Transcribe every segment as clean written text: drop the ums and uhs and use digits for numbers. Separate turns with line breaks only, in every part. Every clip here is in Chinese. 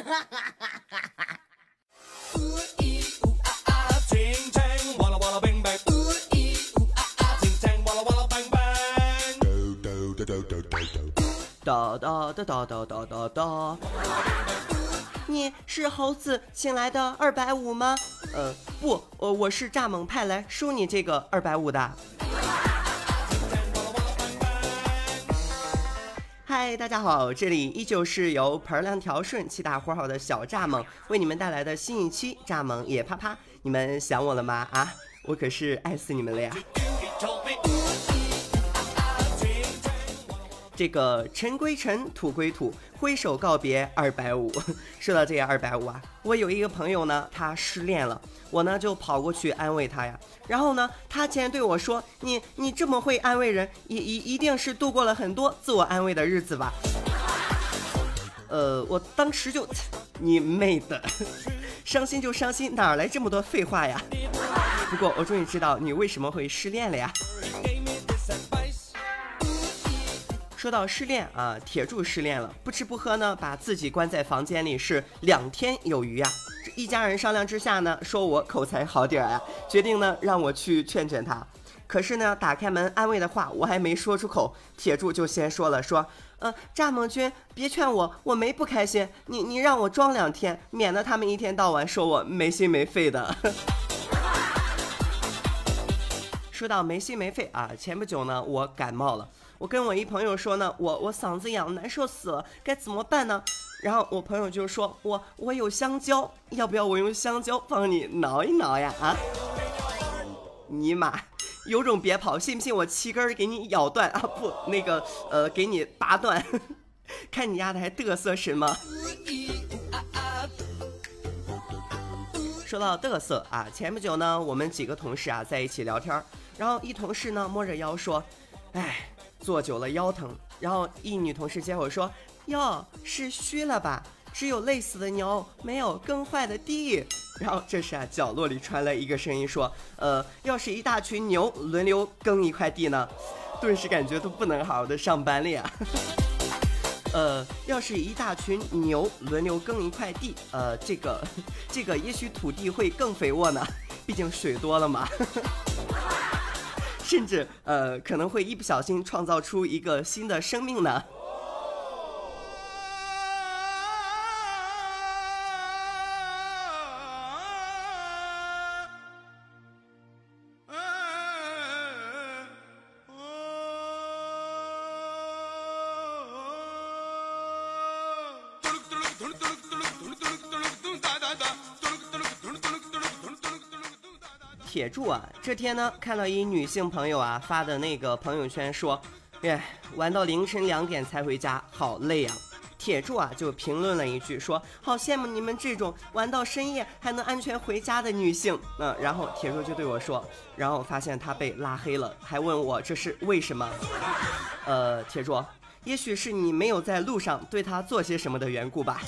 哒哒哒哒哒哒哒哒。你是猴子请来的250吗？不，我是蚱蜢派来收你这个250的。嗨，大家好，这里依旧是由盆亮调顺气大活好的小蚱蜢为你们带来的新一期蚱蜢也啪啪。你们想我了吗？啊，我可是爱死你们了呀！这个尘归尘，土归土，挥手告别250。说到这个250啊，我有一个朋友呢，他失恋了，我呢就跑过去安慰他呀。然后呢，他竟然对我说：“你这么会安慰人，一定是度过了很多自我安慰的日子吧？”我当时就，你妹的，伤心就伤心，哪来这么多废话呀？不过我终于知道你为什么会失恋了呀。说到失恋啊，铁柱失恋了，不吃不喝呢，把自己关在房间里是2天有余啊。这一家人商量之下呢，说我口才好点啊，决定呢让我去劝劝他。可是呢，打开门安慰的话我还没说出口，铁柱就先说了，说蚱蜢君别劝我没不开心，你让我装2天，免得他们一天到晚说我没心没肺的。说到没心没肺啊，前不久呢我感冒了，我跟我一朋友说呢，我嗓子痒难受死了，该怎么办呢？然后我朋友就说我有香蕉，要不要我用香蕉帮你挠一挠呀？啊，尼玛，有种别跑，信不信我7根给你咬断啊？不，那个给你拔断，看你丫的还嘚瑟什么？说到嘚瑟啊，前不久呢我们几个同事啊在一起聊天，然后一同事呢摸着腰说，哎，坐久了腰疼。然后一女同事接口说，哟，是虚了吧，只有累死的牛，没有耕坏的地。然后这时啊角落里传来一个声音说，要是一大群牛轮流耕一块地呢？顿时感觉都不能好好的上班了呀。要是一大群牛轮流耕一块地，这个也许土地会更肥沃呢，毕竟水多了嘛。甚至可能会一不小心创造出一个新的生命呢。铁柱啊，这天呢看到一女性朋友啊发的那个朋友圈说，玩到凌晨2点才回家，好累啊。铁柱啊就评论了一句说，好羡慕你们这种玩到深夜还能安全回家的女性。然后铁柱就对我说，然后发现他被拉黑了，还问我这是为什么。铁柱，也许是你没有在路上对他做些什么的缘故吧。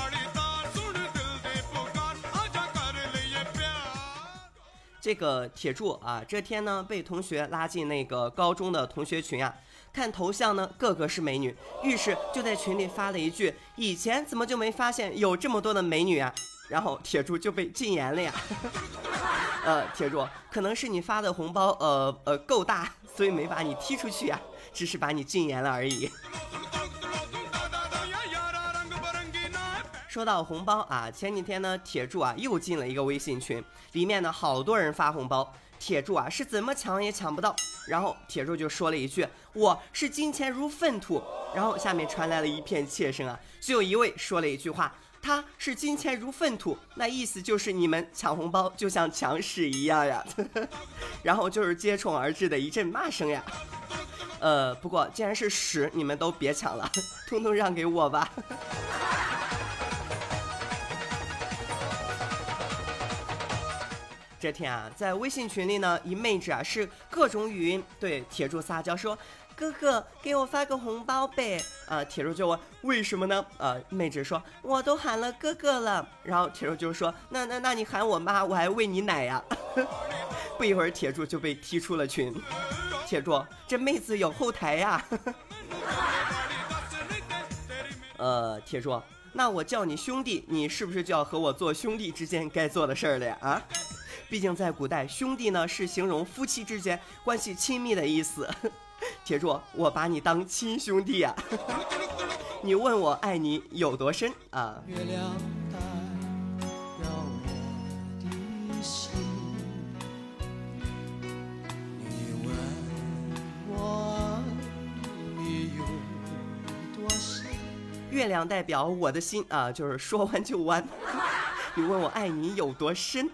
这个铁柱啊，这天呢被同学拉进那个高中的同学群啊，看头像呢个个是美女，于是就在群里发了一句，以前怎么就没发现有这么多的美女啊？然后铁柱就被禁言了呀。铁柱，可能是你发的红包够大，所以没把你踢出去啊，只是把你禁言了而已。说到红包啊，前几天呢铁柱啊又进了一个微信群，里面呢好多人发红包，铁柱啊是怎么抢也抢不到。然后铁柱就说了一句，我是金钱如粪土。然后下面传来了一片切声啊，就有一位说了一句话，他是金钱如粪土，那意思就是你们抢红包就像抢屎一样呀。然后就是接踵而至的一阵骂声呀。不过既然是屎，你们都别抢了，通通让给我吧。这天啊，在微信群里呢，一妹子啊是各种语音对铁柱撒娇说，哥哥给我发个红包呗。铁柱就问为什么呢？妹子说我都喊了哥哥了。然后铁柱就说那你喊我妈，我还喂你奶呀。不一会儿铁柱就被踢出了群。铁柱，这妹子有后台呀。铁柱， 那我叫你兄弟，你是不是就要和我做兄弟之间该做的事儿了呀？啊，毕竟在古代，兄弟呢是形容夫妻之间关系亲密的意思。铁柱，我把你当亲兄弟呀。你问我爱你有多深啊？月亮代表我的心，你问我你有多深？月亮代表我的心啊，就是说弯就弯。你问我爱你有多深？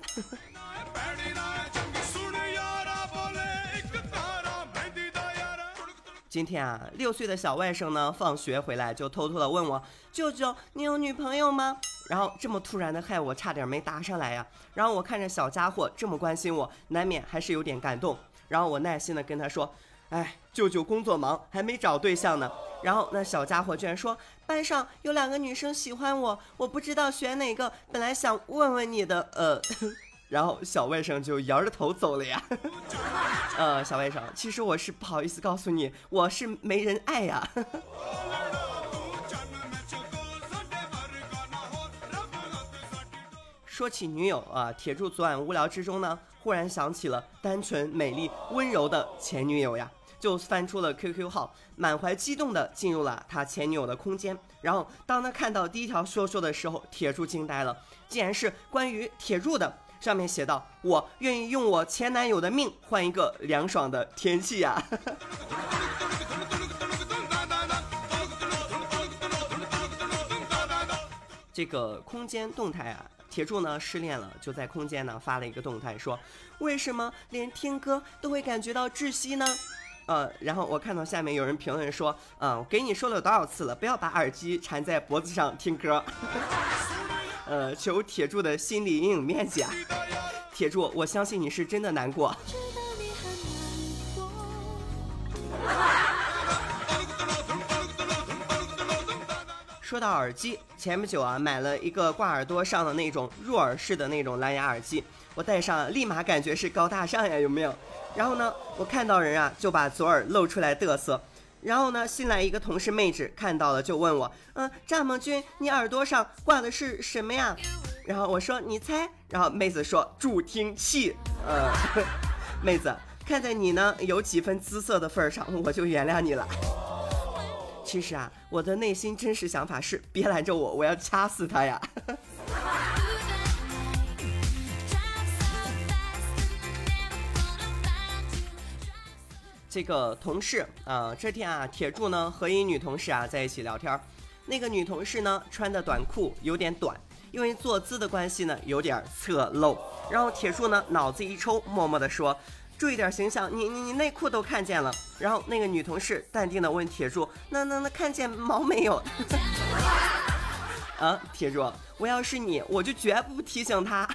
今天啊，6岁的小外甥呢，放学回来就偷偷的问我：“舅舅，你有女朋友吗？”然后这么突然的害我差点没答上来呀。然后我看着小家伙这么关心我，难免还是有点感动。然后我耐心的跟他说：“哎，舅舅工作忙，还没找对象呢。”然后那小家伙居然说：“班上有2个女生喜欢我，我不知道选哪个，本来想问问你的。”然后小外甥就摇着头走了呀。小外甥，其实我是不好意思告诉你，我是没人爱呀。说起女友啊，铁柱昨晚无聊之中呢，忽然想起了单纯、美丽、温柔的前女友呀，就翻出了 QQ 号，满怀激动的进入了他前女友的空间。然后当他看到第一条说的时候，铁柱惊呆了，竟然是关于铁柱的。上面写道：“我愿意用我前男友的命换一个凉爽的天气呀。”这个空间动态啊，铁柱呢失恋了，就在空间呢发了一个动态说：“为什么连听歌都会感觉到窒息呢？”然后我看到下面有人评论说：“我给你说了多少次了，不要把耳机缠在脖子上听歌。”求铁柱的心理阴影面积啊！铁柱，我相信你是真的难过。说到耳机，前不久啊买了一个挂耳朵上的那种入耳式的那种蓝牙耳机，我戴上立马感觉是高大上呀，有没有？然后呢，我看到人啊就把左耳露出来嘚瑟。然后呢，新来一个同事妹纸看到了就问我：“蚱蜢君，你耳朵上挂的是什么呀？”然后我说：“你猜。”然后妹子说：“助听器。”妹子，看在你呢有几分姿色的份上，我就原谅你了。其实啊，我的内心真实想法是：别拦着我，我要掐死他呀！这个同事这天啊，铁柱呢和一女同事啊在一起聊天，那个女同事呢穿的短裤有点短，因为坐姿的关系呢有点侧露。然后铁柱呢脑子一抽，默默的说：“注意点形象，你内裤都看见了。”然后那个女同事淡定的问铁柱：“那看见毛没有？”铁柱，我要是你，我就绝不提醒他。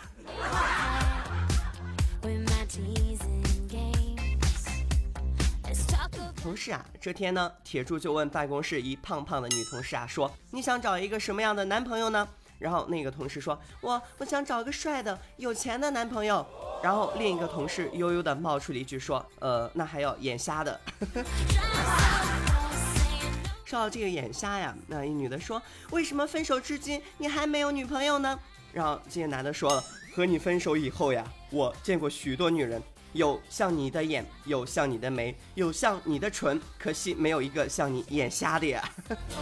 同事啊，这天呢，铁柱就问办公室一胖胖的女同事啊，说：“你想找一个什么样的男朋友呢？”然后那个同事说：“我想找个帅的、有钱的男朋友。”然后另一个同事悠悠的冒出了一句说：“那还要眼瞎的。”说到这个眼瞎呀，那一女的说：“为什么分手至今你还没有女朋友呢？”然后这个男的说了：“和你分手以后呀，我见过许多女人。有像你的眼，有像你的眉，有像你的唇，可惜没有一个像你眼瞎的呀。”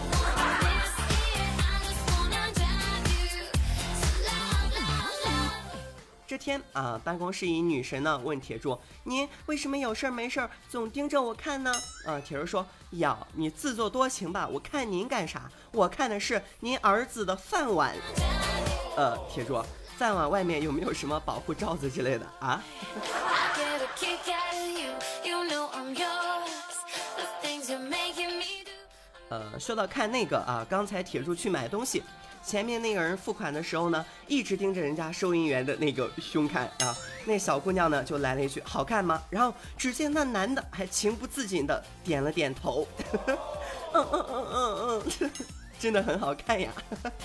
这天啊，办公室一女神呢问铁柱：“您为什么有事没事总盯着我看呢？”铁柱说：“呀，你自作多情吧，我看您干啥？我看的是您儿子的饭碗。”铁柱，饭碗外面有没有什么保护罩子之类的啊？说到看那个啊，刚才铁柱去买东西，前面那个人付款的时候呢，一直盯着人家收银员的那个胸看啊。那小姑娘呢就来了一句：“好看吗？”然后只见那男的还情不自禁的点了点头。真的很好看呀。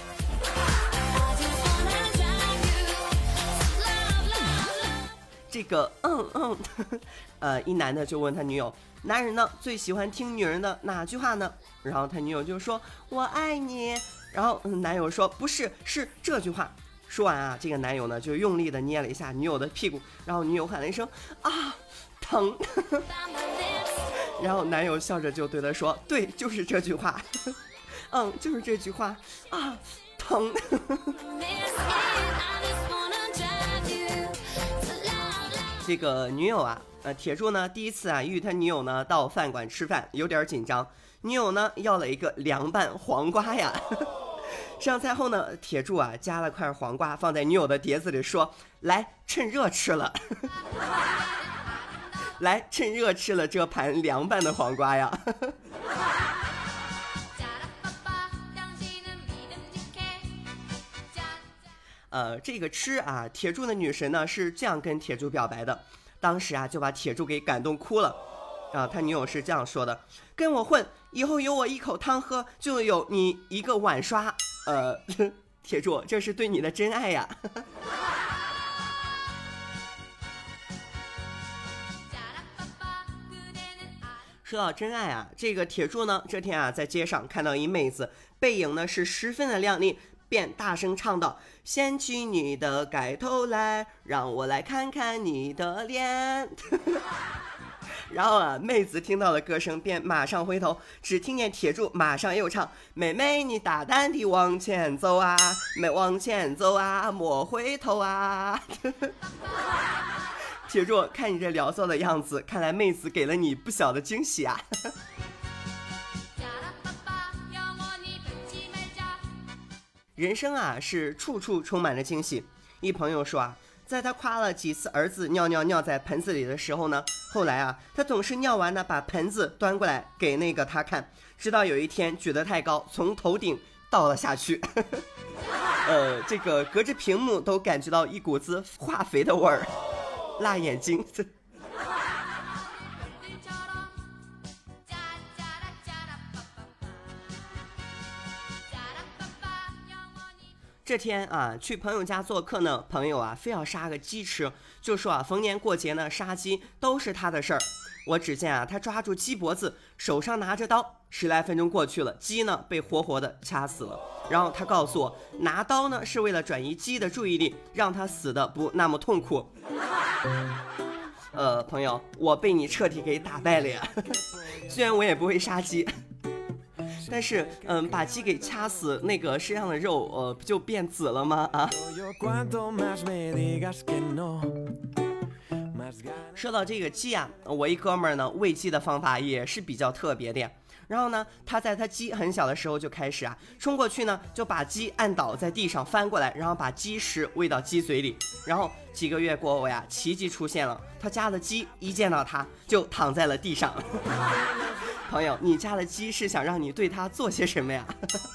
这个一男的就问他女友：“男人呢最喜欢听女人的哪句话呢？”然后他女友就说：“我爱你。” 然后男友说不是，是这句话。说完啊，这个男友呢就用力的捏了一下女友的屁股，然后女友喊了一声啊疼，然后男友笑着就对她说，对，就是这句话，就是这句话啊疼。这个女友啊，铁柱呢第一次啊与他女友呢到饭馆吃饭，有点紧张，女友呢要了一个凉拌黄瓜呀。上菜后呢，铁柱啊夹了块黄瓜放在女友的碟子里，说：“来，趁热吃了，来，趁热吃了这盘凉拌的黄瓜呀。”这个吃啊，铁柱的女神呢是这样跟铁柱表白的，当时啊就把铁柱给感动哭了。他女友是这样说的：“跟我混，以后有我一口汤喝，就有你一个碗刷。”铁柱，这是对你的真爱呀。说到真爱啊，这个铁柱呢，这天啊在街上看到一妹子，背影呢是十分的靓丽，便大声唱道：“掀起你的盖头来，让我来看看你的脸。”然后啊，妹子听到了歌声，便马上回头，只听见铁柱马上又唱：“妹妹，你大胆地往前走啊，往前走啊，莫回头啊。”铁柱，看你这潦草的样子，看来妹子给了你不小的惊喜啊。人生啊，是处处充满了惊喜。一朋友说啊，在他夸了几次儿子尿在盆子里的时候呢，后来啊，他总是尿完呢，把盆子端过来给那个他看，直到有一天举得太高，从头顶倒了下去。这个隔着屏幕都感觉到一股子化肥的味儿，辣眼睛。这天啊，去朋友家做客呢，朋友啊非要杀个鸡吃，就说啊逢年过节呢杀鸡都是他的事儿。我只见啊他抓住鸡脖子，手上拿着刀，10来分钟过去了，鸡呢被活活的掐死了。然后他告诉我，拿刀呢是为了转移鸡的注意力，让他死的不那么痛苦。朋友，我被你彻底给打败了呀。虽然我也不会杀鸡，但是把鸡给掐死，那个身上的肉不就变紫了吗？啊！说到这个鸡啊，我一哥们儿呢喂鸡的方法也是比较特别的。然后呢，他在他鸡很小的时候就开始啊，冲过去呢就把鸡按倒在地上翻过来，然后把鸡食喂到鸡嘴里。然后几个月过后呀，奇迹出现了，他家的鸡一见到他就躺在了地上。朋友，你家的鸡是想让你对它做些什么呀？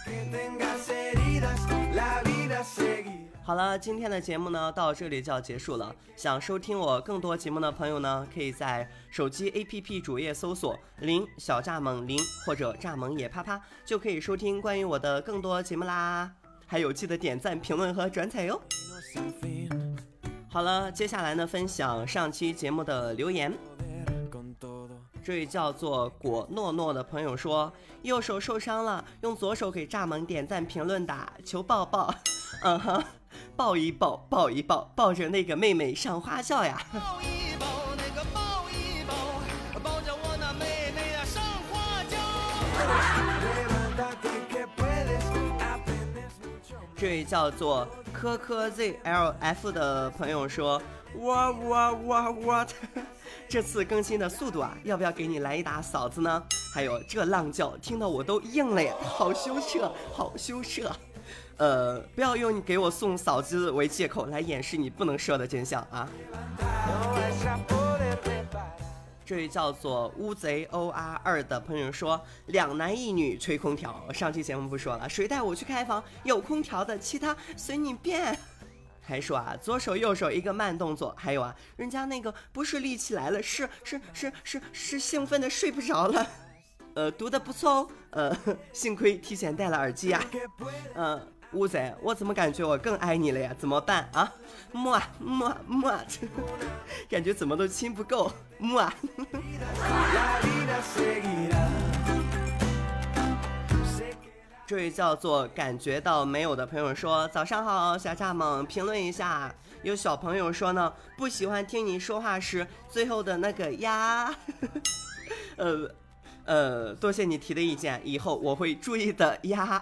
好了，今天的节目呢到这里就要结束了。想收听我更多节目的朋友呢，可以在手机 APP 主页搜索林小蚱蜢林或者蚱蜢也啪啪，就可以收听关于我的更多节目啦。还有记得点赞、评论和转采哟。好了，接下来呢分享上期节目的留言。这位叫做果诺诺的朋友说，右手受伤了，用左手给蚱蜢点赞评论打，求抱抱。抱一抱，抱一抱，抱着那个妹妹上花轿呀。抱一抱，那个抱一抱，抱着我那妹妹呀上花轿。这位叫做科科 ZLF 的朋友说，我这次更新的速度啊，要不要给你来一打嫂子呢？还有这浪叫听到我都硬了呀，好羞涩，好羞涩。不要用你给我送嫂子为借口来掩饰你不能说的真相啊。这位叫做乌贼 OR2 的朋友说，2男1女吹空调，上期节目不说了，谁带我去开房有空调的，其他随你便。还说啊，左手右手一个慢动作，还有啊，人家那个不是立起来了，是兴奋的睡不着了。读的不错哦，幸亏提前戴了耳机啊。乌贼，我怎么感觉我更爱你了呀？怎么办啊？么啊么么，感觉怎么都亲不够，么啊。 这位叫做感觉到没有的朋友说，早上好小蚱蜢，评论一下。有小朋友说呢，不喜欢听你说话时最后的那个呀。多谢你提的意见，以后我会注意的呀。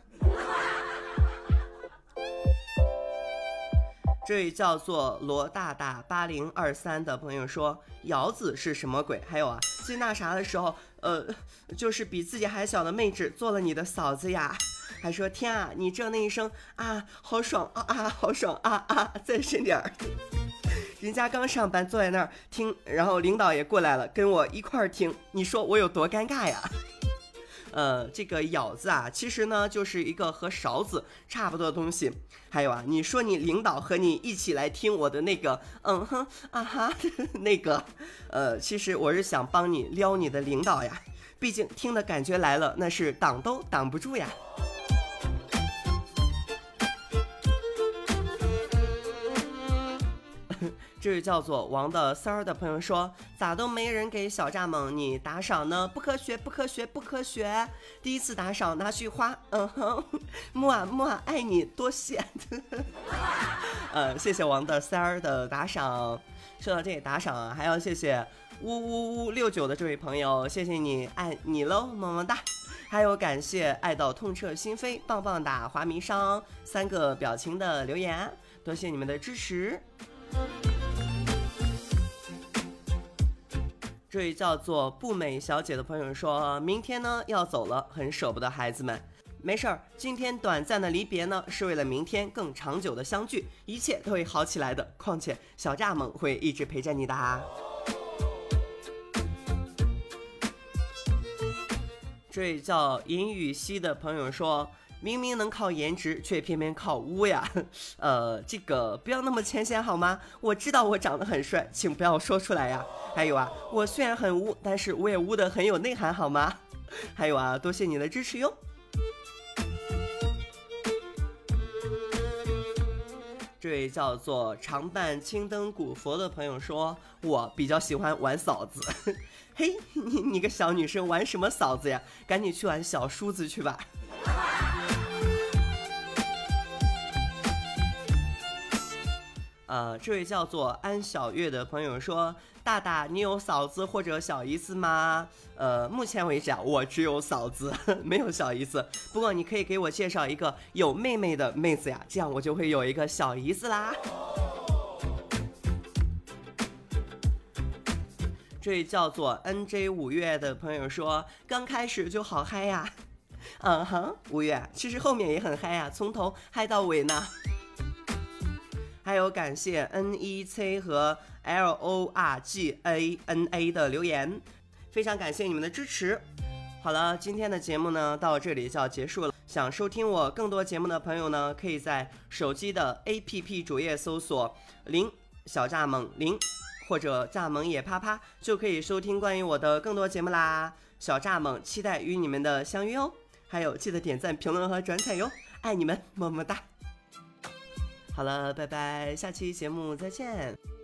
这位叫做罗大大8023的朋友说，瑶子是什么鬼？还有啊，进那啥的时候，就是比自己还小的妹纸做了你的嫂子呀。还说天啊，你这那一声啊，好爽啊啊，好爽啊啊，再深点儿。人家刚上班坐在那儿听，然后领导也过来了，跟我一块儿听，你说我有多尴尬呀？这个舀字啊，其实呢就是一个和勺子差不多的东西。还有啊，你说你领导和你一起来听我的那个啊哈那个，其实我是想帮你撩你的领导呀，毕竟听的感觉来了，那是挡都挡不住呀。这位叫做王的三儿的朋友说，咋都没人给小蚱蜢你打赏呢？不科学，不科学，不科学！第一次打赏拿去花，木啊木啊，爱你，多谢。谢谢王的三儿的打赏。说到这里打赏啊，还要谢谢呜69的这位朋友，谢谢你，爱你喽，么么哒。还有感谢爱到痛彻心扉，棒棒打华迷伤3个表情的留言，多谢你们的支持。这位叫做不美小姐的朋友说，明天呢要走了，很舍不得孩子们。没事儿，今天短暂的离别呢，是为了明天更长久的相聚，一切都会好起来的。况且小蚱蜢会一直陪着你的啊。这位叫尹雨熙的朋友说，明明能靠颜值，却偏偏靠污呀。这个不要那么浅显好吗？我知道我长得很帅，请不要说出来呀。还有啊，我虽然很污，但是我也污得很有内涵好吗？还有啊，多谢你的支持哟。这位叫做常伴青灯古佛的朋友说，我比较喜欢玩嫂子。嘿，你个小女生玩什么嫂子呀？赶紧去玩小叔子去吧。这位叫做安小月的朋友说，大大你有嫂子或者小姨子吗？目前为止啊，我只有嫂子，没有小姨子。不过你可以给我介绍一个有妹妹的妹子呀，这样我就会有一个小姨子啦。这位叫做 NJ 5月的朋友说，刚开始就好嗨呀。5月，其实后面也很嗨呀，从头嗨到尾呢。还有感谢 NEC 和 LORGANA 的留言，非常感谢你们的支持。好了，今天的节目呢到这里就要结束了。想收听我更多节目的朋友呢，可以在手机的 APP 主页搜索0小蚱蜢0或者蚱蜢也啪啪，就可以收听关于我的更多节目啦。小蚱蜢期待与你们的相遇哦，还有记得点赞评论和转采哟，爱你们，么么哒。好了，拜拜，下期节目再见。